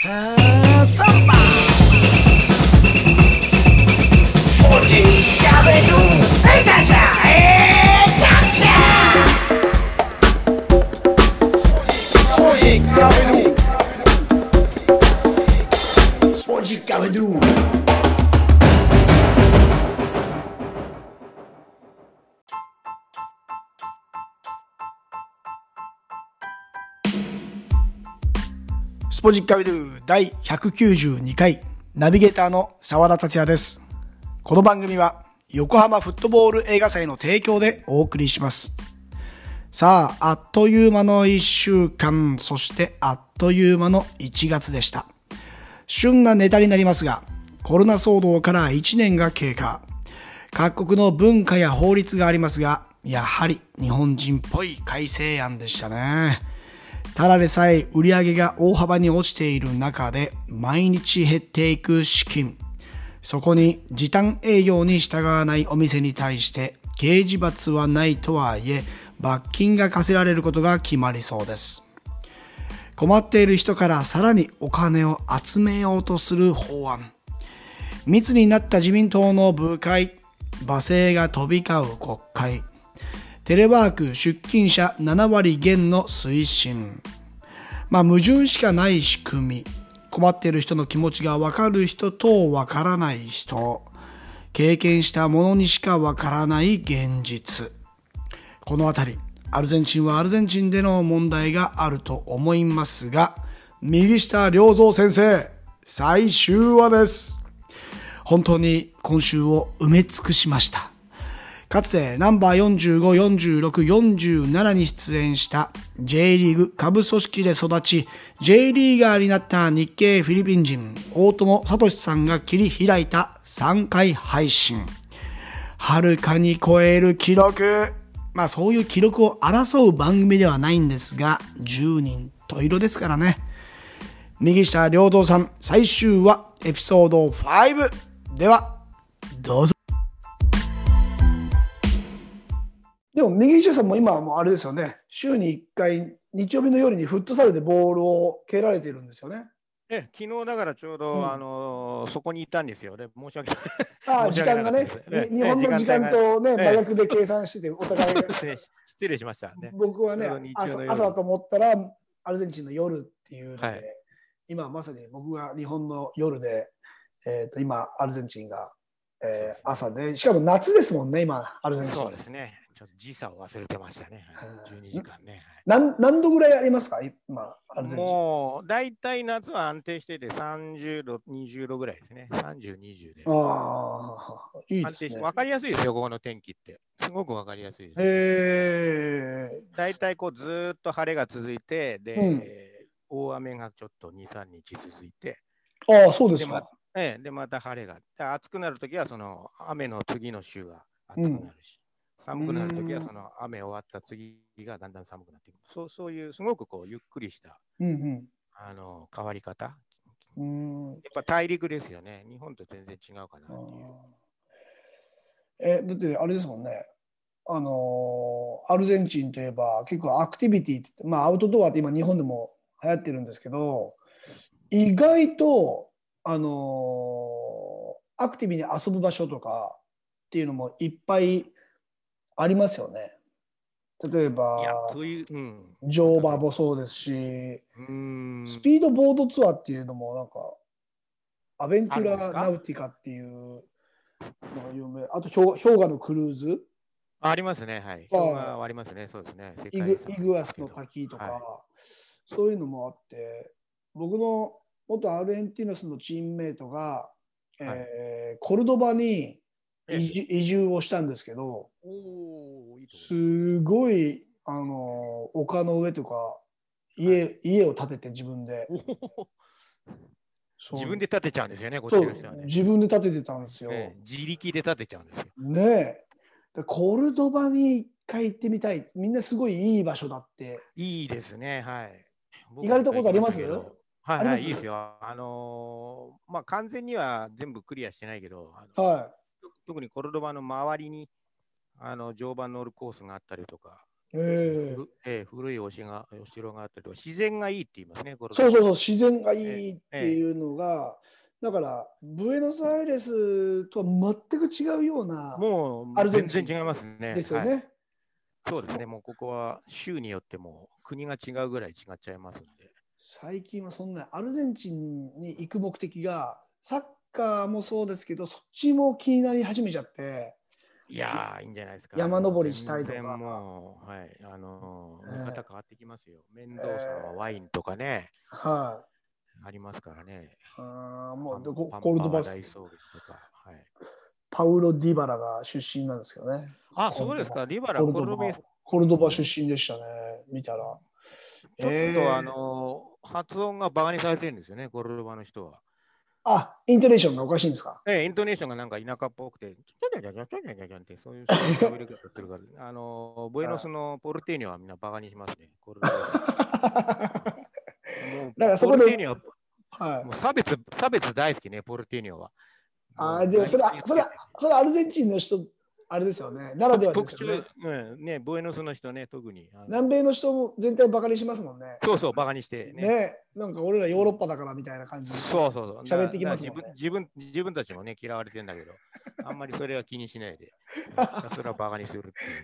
Samba Sporty Cabelo Egacha Egacha Sporty Cabelo Sporty Cabeloスポジッカビドゥ第192回ナビゲーターの澤田達也です。この番組は横浜フットボール映画祭の提供でお送りします。さあ、あっという間の1週間、そしてあっという間の1月でした。旬なネタになりますが、コロナ騒動から1年が経過。各国の文化や法律がありますが、やはり日本人っぽい改正案でしたね。ただでさえ売り上げが大幅に落ちている中で毎日減っていく資金。そこに時短営業に従わないお店に対して刑事罰はないとはいえ罰金が課せられることが決まりそうです。困っている人からさらにお金を集めようとする法案。密になった自民党の部会、罵声が飛び交う国会。テレワーク出勤者7割減の推進。矛盾しかない仕組み。困っている人の気持ちが分かる人と分からない人。経験したものにしか分からない現実。このあたり、アルゼンチンはアルゼンチンでの問題があると思いますが、右下良三先生、最終話です。本当に今週を埋め尽くしました。かつてナンバー45、46、47に出演した J リーグ下部組織で育ち J リーガーになった日系フィリピン人大友聡さんが切り開いた3回配信。はるかに超える記録。そういう記録を争う番組ではないんですが、10人十色ですからね。右下良三さん、最終話エピソード5。では、どうぞ。でも右下さんも今はもうあれですよね。週に1回日曜日の夜にフットサルでボールを蹴られているんですよね。 昨日だからちょうど、そこにいたんですよね。申し訳ない。 時間がね、日本の時間とね、真逆で計算してて、お互いが。 失礼しましたね。 僕はね、朝だと思ったら、アルゼンチンの夜っていうので、今まさに僕が日本の夜で、今、アルゼンチンが、朝で、しかも夏ですもんね、今、アルゼンチン。 そうですね。ちょっと時差を忘れてましたね。12時間ね。 何度ぐらいありますか今、アルゼンチン。 もう、大体夏は安定してて30度、20度ぐらいですね。30、20で。 ああ、いいですね。 わかりやすいですよ、ここの天気って。すごくわかりやすいです。大体こうずーっと晴れが続いて、で、大雨がちょっと2、3日続いて。 ああ、そうですか。 で、また晴れが。暑くなるときは、その雨の次の週は暑くなるし。寒くなるときはその雨終わった次がだんだん寒くなっていく。そういうすごくこうゆっくりした、変わり方。やっぱ大陸ですよね。日本と全然違うかなっていう。 だってあれですもんね。アルゼンチンといえば結構アクティビティって、アウトドアって今日本でも流行ってるんですけど、意外とアクティブに遊ぶ場所とかっていうのもいっぱいありますよね。例えば、乗馬もそうですし、スピードボードツアーっていうのもなんか、アベンテュラ・ナウティカっていうのが有名。あと、氷河のクルーズ。 ありますね、はい。氷河ありますね、そうですね。 イグアスの滝とか、そういうのもあって、僕の元アルゼンティノスのチームメイトが、コルドバに移住をしたんですけど、すごい丘の上とか家を建てて自分で自分で建てちゃうんですよね、こっちの人はね。 自分で建ててたんですよ。 自力で建てちゃうんですよ。 ねえ。コルドバに一回行ってみたい。みんなすごいいい場所だって。 いいですね、はい。 行かれたことあります？ はい、いいですよ。完全には全部クリアしてないけど、特にコルドバの周りに乗馬乗るコースがあったりとか、 古いお城があったりとか、自然がいいって言いますね、コルドバ。 そうそうそう、自然がいいっていうのが、だから、ブエノスアイレスとは全く違うようなもアルう全ゼンチン然違いますね。はい。 ですよね。 そうですね、もうここは州によっても国が違うぐらい違っちゃいますんで。 最近はそんなアルゼンチンに行く目的が、サッカーもそうですけど、そっちも気になり始めちゃって、 いやー、いいんじゃないですか。 山もう登りした全然いとか、 もう、はい、見方変わってきますよ。メンドーサはワイえンとかね、 はい、 ありますからね。 もうパンコルドバス、 パは大草原とか。はい。 パウロ・ディバラが出身なんですけどね。 あ、 コルドバ、 そうですか。リバラ、 コルドバ、 コルベス。 コルドバ出身でしたね。見たら。 ちょっとえー、 発音がバカにされてるんですよね、コルドバの人は。 イントネーションがおかしいんですか？ イントネーションがなんか田舎っぽくて、ちょちゃちゃちゃちゃちゃちゃって、そういう喋り方するから、ブエノスのポルテーニョはみんなバカにしますね、コルドバ人。もう、 だからそこで、 ポルテーニョは、 はい。 もう差別大好きね、ポルテーニョは。もうでも何かにつけて。 それはアルゼンチンの人、あれですよね。ならではです特徴、 よね。 ね、ブエノスの人ね、特に。 南米の人も全体バカにしますもんね。 そうそう、バカにしてね。 ね、なんか俺らヨーロッパだからみたいな感じでそうそうそう。 喋ってきますもんね。 自分たちもね、嫌われてんだけど、あんまりそれは気にしないで、ひたすらバカにするっていう。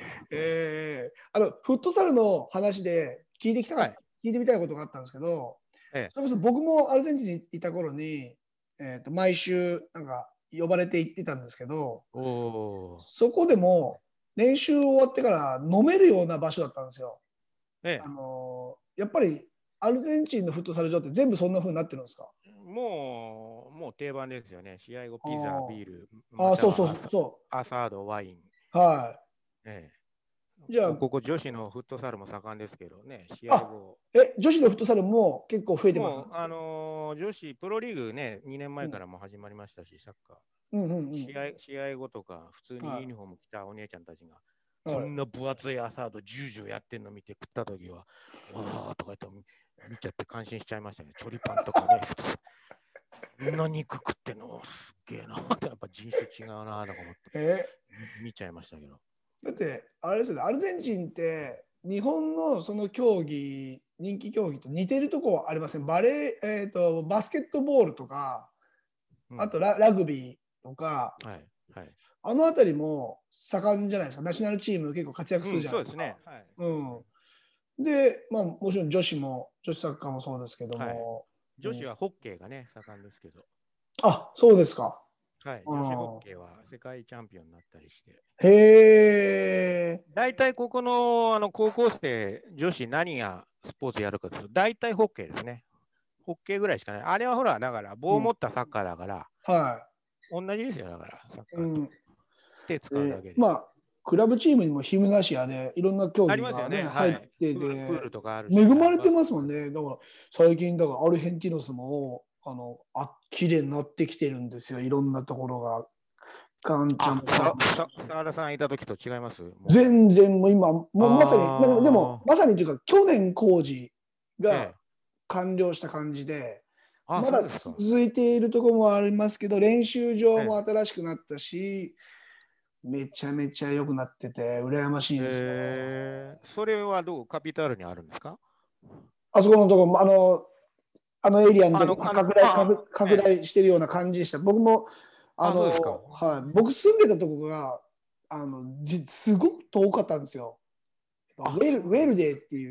フットサルの話ではい。 聞いてみたいことがあったんですけど、 ええ。 それこそ僕もアルゼンチンにいた頃に、毎週なんか呼ばれて行ってたんですけど、 おお。 そこでも練習終わってから飲めるような場所だったんですよ。 えやっぱりアルゼンチンのフットサル場って全部そんな風になってるんですか？ え。もう定番ですよね。試合後、ピザ、ビール、まああ、そうそたはうそアサード、ワイン。 う。はええ。 い。じゃあ、 ここ女子のフットサルも盛んですけどね、試合後。 女子のフットサルも結構増えてます？ もう、女子プロリーグね、2年前からも始まりましたし、サッカー。 うんうんうん試合後とか、普通うん。はにユニフォーム着たお姉ちゃんたちが、 い。はい。 こんな分厚いアサード10やってんの見て食ったときは、わーとか言って見ちゃって感心しちゃいましたね。チョリパンとかね、普通。こんな肉食ってんのすっげえなってやっぱ人種違うなとか思ってえ見ちゃいましたけど。 だって、あれですよね、アルゼンチンって日本のその競技、人気競技と似てるとこはありません？バスケットボールとか、 うん。 あとラグビーとか、 はい。はい。 あのあたりも盛んじゃないですか。ナショナルチーム結構活躍するうん、 じゃないですか。 そうですね。はい。 うん。で、まあ、もちろん女子サッカーもそうですけどはい。 も、うん、 女子はホッケーがね、盛んですけど。 そうですか。 はい。 う女子ホッん、 ケーは世界チャンピオンになったりして。 へえ。 大体ここの、高校生、女子何がスポーツやるかというと、大体ホッケーですね。ホッケーぐらいしかない。あれはほら、だから棒を持ったサッカーだから、 は同じですよ、だから、サッい。うカーと。 ん、 手使うだけで。 まあ、クラブチームにもヒムナシアでいろんな競あり技がね、 ますよね。 入っはい。プーてて、 ルとかあるし、はい。 恵まれてバスケ。 ますもんね。だから、最近、だからアルヘンティノスも、綺麗になってきてるんですよ。いろんなところが。カンチャもそうだし。 澤田さんいた時と違いますもう。 全然もう今、もうまさに、でも、 あまさにというか、去年工事えがえ。 完了した感じで、まだそうですか。 続いているところもありますけど、練習場もえ新しくなったし、めちゃめちゃ良くなってて、羨ましいですね。 それはカピタルにあるんですか？ あそこのところ、あのエリアのところ、拡ええ。 大してるような感じでした。僕も、 そうですか。 はい、僕住んでたところが、すごく遠かったんですよ。ウェルデーっていう、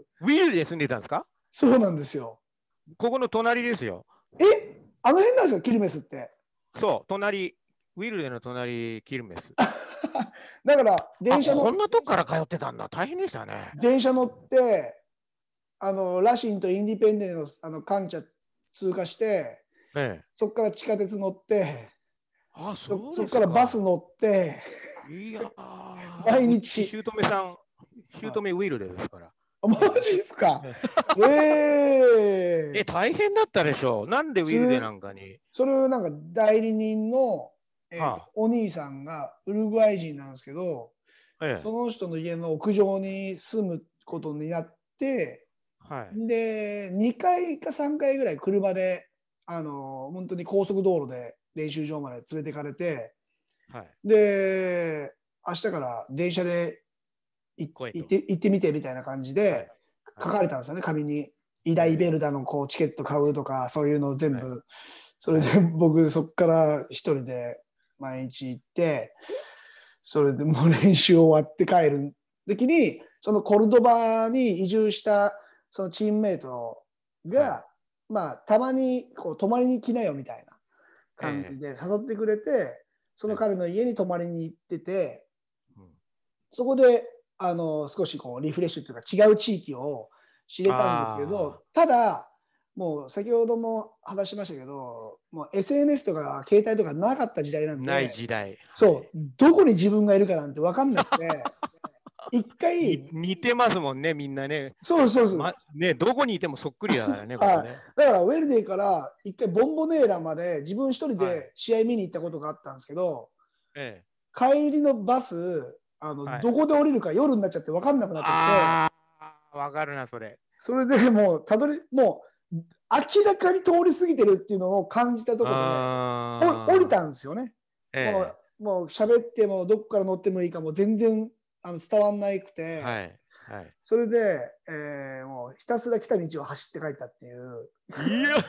ウィルで住んでたんですか？ そうなんですよ。 ここの隣ですよ。 あの辺なんですよ、キルメスって。 そう、隣、ウィルデの隣、キルメス。 だから、 こんなとこから通ってたんだ。大変でしたね。 電車乗って、ラシンとインディペンデンスのカンチャ通過して、 ええ。 そこから地下鉄乗って、 そうでそこからバスすか。 乗って、 いや毎うち、 日。 姑さん、姑ウィルデですから。 マジですか？ 大変だったでしょう。なんでウィルデなんかに。 それをなんか代理人の、 はお兄さんがウルグアイ人なんですけど、そええ。 の人の家の屋上に住むことになって、 はい。 で、2回か3回ぐらい車で、本当に高速道路で練習場まで連れてかれて、 はい。 で、明日から電車で行ってみてみたいな感じで書かれたんですよね、紙に。イダイベルダのこうチケット買うとか、そういうの全部。 はいそれで僕、そこから一人で毎日行って、それでもう練習終わって帰る時に、そのコルドバに移住したそのチームメイトが、まあ、たまにこう泊まりに来なよみたいな感じで誘ってくれて、その彼の家に泊まりに行ってて、そこで少しこうリフレッシュというか違う地域を知れたんですけど、ただもう先ほども話しましたけど、もう SNS とか携帯とかなかった時代なんで、 ない時代。 そう、どこに自分がいるかなんて分かんなくて、一回似てますもんね、みんなね。 そうそうそう。 ね、どこにいてもそっくりだからね、こはい。 れね。 だからウェルディから一回ボンボネーラまで自分一人で試合見に行ったことがあったんですけど、帰りのバス、どこで降りるか夜になっちゃって分かんなくなっちゃって、 わかるな、それ。 それでもうもう明らかに通り過ぎてるっていうのを感じたところで降りたんですよね。もう喋ってもどこから乗ってもいいかも全然伝わんなくて、それで、もうひたすら来た道を走って帰ったっていう。 いや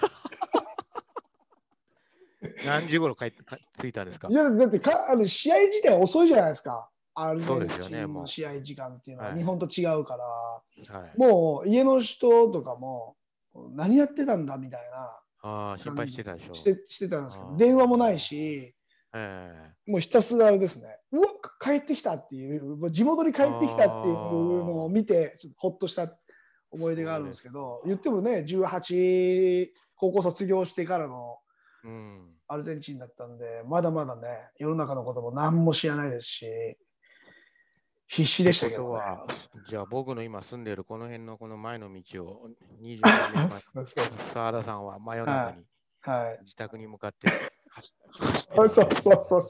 何時頃着いたんですか？ いやだって試合自体遅いじゃないですか。アルゼンチンの試合時間っていうのは日本と違うから、 もう家の人とかも何やってたんだみたいな心配してたでしょ。 してたんですけど、電話もないし、もうひたすらあれですね、うわ帰ってきたっていう、地元に帰ってきたっていうのを見てほっとした思い出があるんですけど、言ってもね18高校卒業してからのアルゼンチンだったんで、まだまだね世の中のことも何も知らないですし、必死でしたけどね。 じゃあ僕の今住んでいるこの辺のこの前の道を20何年前澤田さんは真夜中に自宅に向かって走ってそう。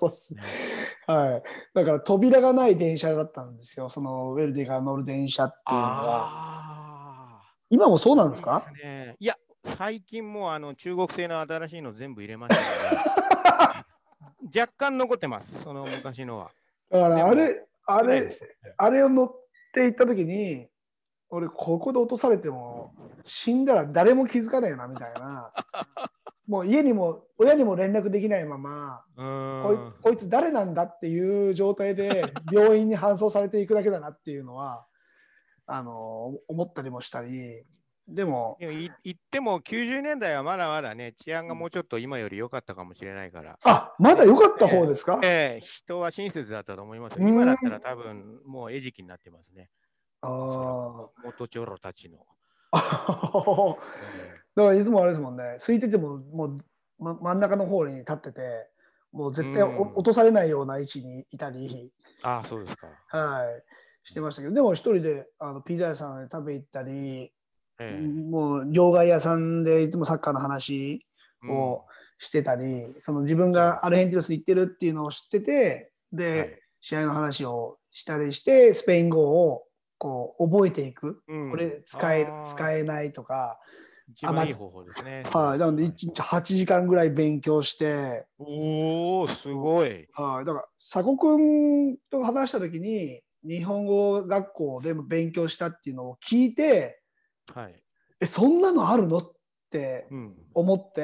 はい。だから扉がない電車だったんですよ。そのウェルディが乗る電車っていうのは。今もそうなんですか？ いや、最近もう中国製の新しいの全部入れましたので、若干残ってます、その昔のは。 だからあれを乗っていった時に、俺ここで落とされても死んだら誰も気づかないなみたいな。もう家にも親にも連絡できないまま、こいつ誰なんだっていう状態で病院に搬送されていくだけだなっていうのは思ったりもしたり。でも言っても90年代はまだまだね、治安がもうちょっと今より良かったかもしれないから。 まだ良かった方ですか？ 人は親切だったと思いますよ。今だったら多分もう餌食になってますね。元チョロたちの。 だからいつもあれですもんね、空いててももう、真ん中の方に立ってて、もう絶対落とされないような位置にいたり、 そうですか。 してましたけど、でも一人でピザ屋さんで食べ行ったり、もう両替屋さんでいつもサッカーの話をしてたり、その自分がアルヘンティノスに行ってるっていうのを知ってて、で、試合の話をしたりして、スペイン語をこう覚えていく、これ使えないとか、 一番いい方法ですね。 なので1日8時間ぐらい勉強して、 すごい。 だから佐古君と話した時に日本語学校でも勉強したっていうのを聞いて、そんなのあるのって思って、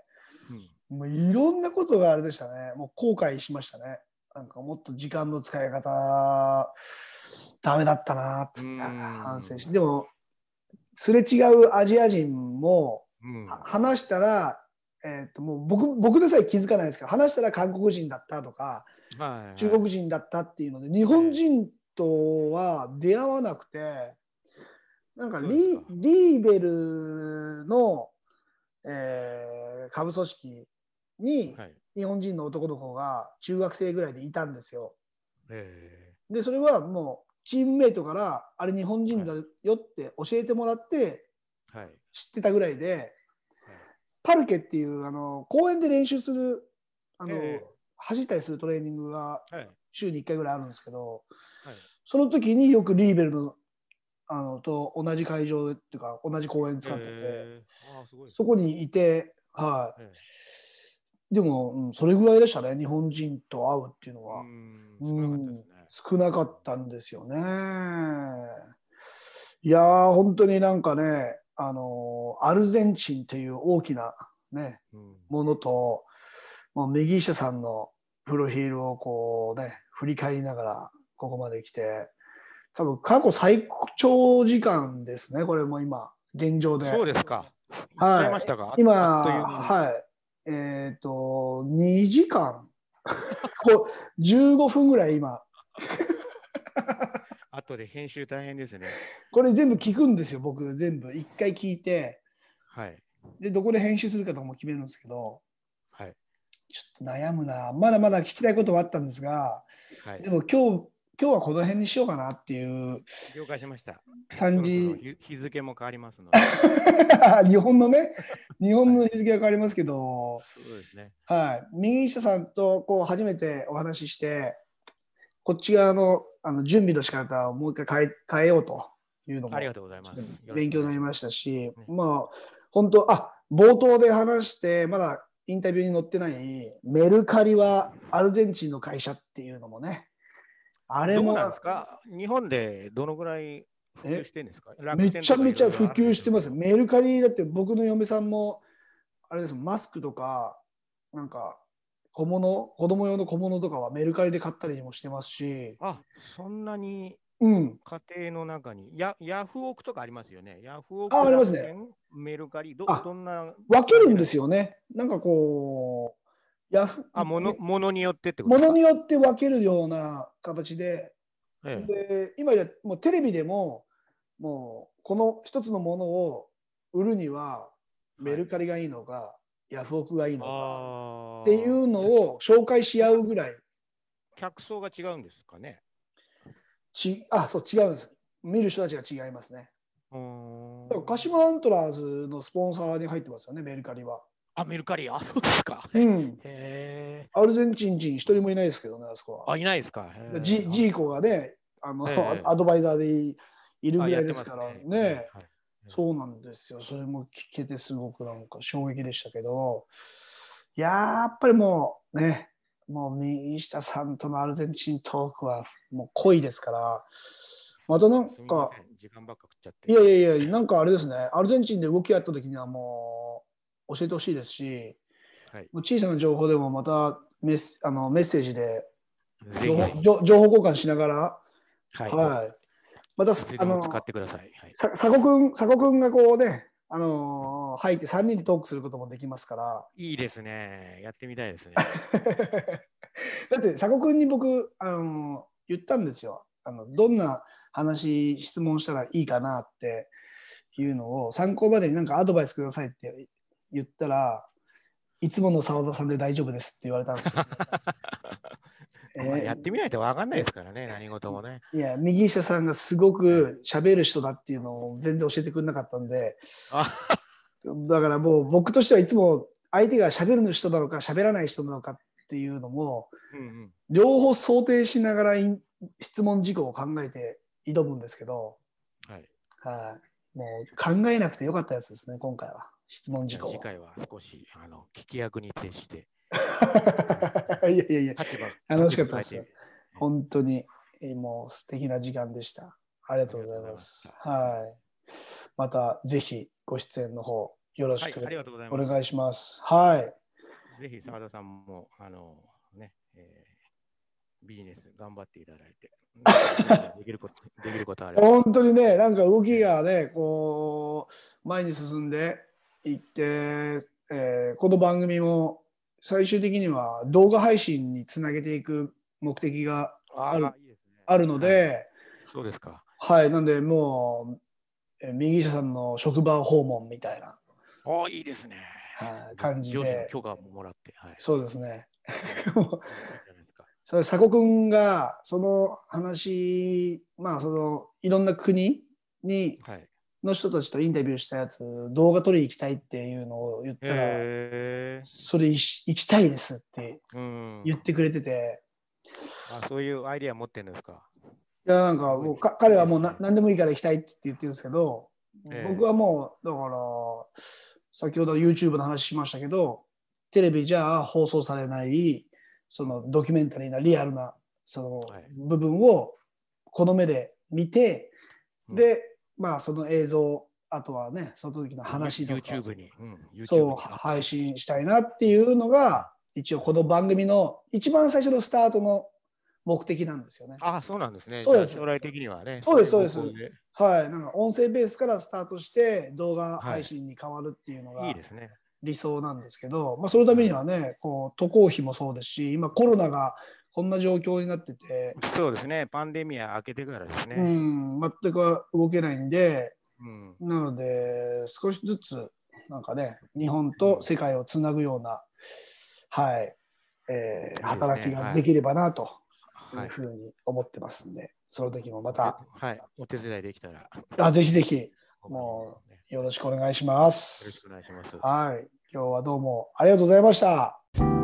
もういろんなことがあれでしたね。もう後悔しましたね。なんかもっと時間の使い方ダメだったなって反省して、でもすれ違うアジア人も話したら、もう僕でさえ気づかないですけど、話したら韓国人だったとか、中国人だったっていうので、日本人とは出会わなくて、なんかリーベルの、下部組織に日本人の男の子が中学生ぐらいでいたんですよ。でそれはもうチームメイトからあれ日本人だよって教えてもらって知ってたぐらいで、パルケっていう公園で練習する走ったりするトレーニングが週に1回ぐらいあるんですけど、その時によくリーベルのと同じ会場っていうか同じ公園使ってて、そこにいて、でも、それぐらいでしたね、日本人と会うっていうのは。 少なかったんですよね。いやー、本当になんかね、アルゼンチンという大きなね、ものと、もう右下さんのプロフィールをこうね、振り返りながらここまで来て、多分過去最長時間ですね、これも今、現状で。 そうですか。行っちゃいはい。 ましたか。 今、 あっという間に。 はい。2時間こう15分ぐらい今。 後で編集大変ですね。 これ全部聞くんですよ、僕全部。一回聞いて、 はい。 で、どこで編集するかとかも決めるんですけど、 はい。 ちょっと悩むな。まだまだ聞きたいことはあったんですが、 はい。 でも今日はこの辺にしようかなっていう了解しました。そろそろ感じ。 日付も変わりますので。 日本のね、日本はい。 の日付が変わりますけど、 そうですね。 はい。右下さんとこう初めてお話しして、こっち側の、準備の仕方をもう一回変えようというのありも、 がとうございます。 ちょっとよろし勉くお願いします。 強になりましたし、 ね、 まあ、本当、冒頭で話して、まだインタビューに載ってないメルカリはアルゼンチンの会社っていうのもね、あれもどうなんですか。日本でどのぐらい普及してるんですか。楽め天ちゃめちゃ普とかいろいろあるで及してます。 しょうけど。 メルカリだって僕の嫁さんも、あれです、マスクとか、なんか子供用の小物とかはメルカリで買ったりもしてますし、 あ、そんなにうん。 家庭の中に、ヤフオクとかありますよね。ヤフオあ、 ク、 ありますね。 楽天、メルカリ、 あ、 どんな分けるんで感じなんですか。 すよね。なんかこう、 あ、ものによってってこともですか。 のによって分けるような形で、 ええ。 で、今やもうテレビでも、もうこの一つのものを売るには、メはい。 ルカリがいいのか、ヤフオクがいいのかっていああ、 うのを紹介し合うぐらい、 客層が違うんですかね。 そう、違うんです。見る人たちが違いますね。 うーん。 だから鹿島アントラーズのスポンサーに入ってますよね、メルカリは。 あ、メルカリ、あ、そうですか。 うん。 へえ。 アルゼンチン人一人もいないですけどね、あそこは。 あ、いないですか。へえ。 ジーコがね、 ええ。 アドバイザーでいるあ、 ぐらやっていですからますね。ね、 ね。 はい。 そうなんですよ。それも聞けてすごくなんか衝撃でしたけど、やっぱりもうね、もう右下さんとのアルゼンチントークはもう濃いですから、またなんか、 すみません。時間ばっか食っちゃって。 いやいやいや、なんかあれですね、アルゼンチンで動きあった時にはもう教えてほしいですし、 はい。 もう小さな情報でもまたメッセージでぜひぜひ。 情報交換しながら、 はい。 はい。また、 いつでも使ってください。はい。 佐古くんがこうね、入って3人でトークすることもできますから。 いいですね。やってみたいですね。 だって佐古くんに僕、言ったんですよ。どんな質問したらいいかなっていうのを参考までになんかアドバイスくださいって言ったら、いつもの澤田さんで大丈夫ですって言われたんですよ。 まあ、やってみないと分かんないえですからね、何事もね。 いや、右下さんがすごはい、 く喋る人だっていうのを全然教えてくれなかったんで、 あ、 だからもう僕としてはいつも相手が喋る人なのか喋らない人なのかっていうのも、 うんうん。 両方想定しながら質問事項を考えて挑むんですけど、 はい。 もう考えなくてよかったやつですね、今回は。質問じゃあ事項を。 次回は少し聞き役に徹して、 いやいやいや、楽しか立場変えて、 ったですよ。本当に、もう素敵な時間でした。ありがとうごありがとうございざいます。 ます。 はい。またぜひご出演の方よろしはい、 くありがとうございます。 お願いします。はい。 ぜひ澤田さんも、ね、ビジネス頑張っていただいて、できることあれば。 本当にね、なんか動きえがね、こう、前に進んでいって、この番組も最終的には動画配信につなげていく目的がああ、いいですね。 あるのはい。 で、 そうですか。 はい、なんでもう、右下さんの職場訪問みたいな、 ああ、いいですね。 はい、感じ上司ので、 許可ももらって、はい。 そうですね。 いいじゃないですか。 それ、佐古くんが、その話、まあ、いろんな国に、 はい。 の人たちとインタビューしたやつ、動画撮り行きたいっていうのを言ったら、 へえ。 それ行きたいですってうん。 言ってくれてて、 あ、そういうアイディア持ってるんですか。 いや、なんかすごい、 もう彼はもういいですね。 何でもいいから行きたいって言ってるんですけど、僕はえもう、だから、先ほど YouTube の話しましたけど、テレビじゃ放送されない、そのドキュメンタリーなリアルなそのはい部分をこの目で見て、で、まあその映像、あとはね、その時の話とか、 YouTube に、 そう配信したいなっていうのが、一応この番組の一番最初のスタートの目的なんですよね。 あ、そうなんですね。 そうです。 将来的にはね。 そうです、そうです。はい。なんか音声ベースからスタートして動画配信に変わるっていうのがいいですね。 理想なんですけど、まあそのためにはね、こう渡航費もそうですし、今コロナがこんな状況になってて、 そうですね。パンデミア明けてからですね。 全く動けないんで、 うん、 なので少しずつなんかね、日本と世界をつなぐような、はい、働きができればなというふうに思ってますんで、その時もまた、 はい、お手伝いできたら。 ぜひぜひ、もうよろしくお願いします。 よろしくお願いします。 はい、今日はどうもありがとうございました。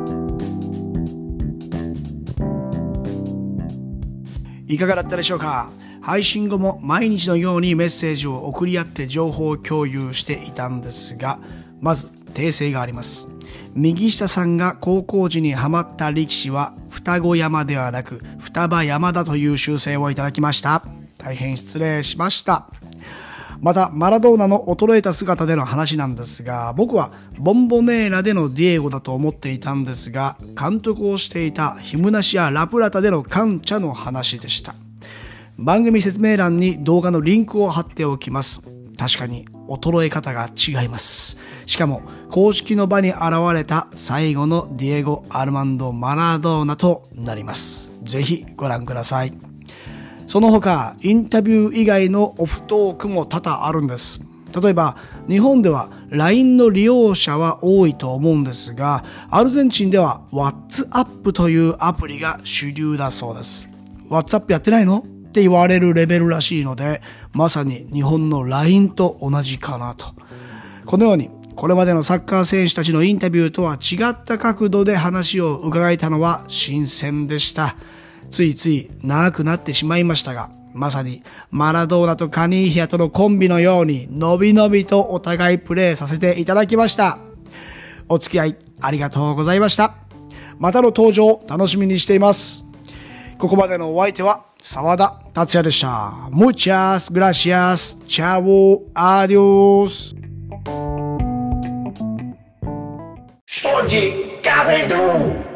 いかがだったでしょうか。配信後も毎日のようにメッセージを送り合って情報共有していたんですが、まず訂正があります。右下さんが高校時にハマった力士は双子山ではなく双葉山だという修正をいただきました。大変失礼しました。またマラドーナの衰えた姿での話なんですが、僕はボンボネーラでのディエゴだと思っていたんですが、監督をしていたヒムナシア・ラプラタでのカンチャの話でした。番組説明欄に動画のリンクを貼っておきます。確かに衰え方が違います。しかも公式の場に現れた最後のディエゴ・アルマンド・マラドーナとなります。ぜひご覧ください。その他インタビュー以外のオフトークも多々あるんです。例えば日本では LINE の利用者は多いと思うんですが、アルゼンチンでは WhatsApp というアプリが主流だそうです。 WhatsApp やってないのって言われるレベルらしいので、まさに日本の LINE と同じかなと。このようにこれまでのサッカー選手たちのインタビューとは違った角度で話を伺えたのは新鮮でした。ついつい長くなってしまいましたが、まさにマラドーナとカニーヒアとのコンビのようにのびのびとお互いプレーさせていただきました。お付き合いありがとうございました。またの登場楽しみにしています。ここまでのお相手は澤田達也でした。Muchas gracias. Chao. Adios. Spoggi Cavedù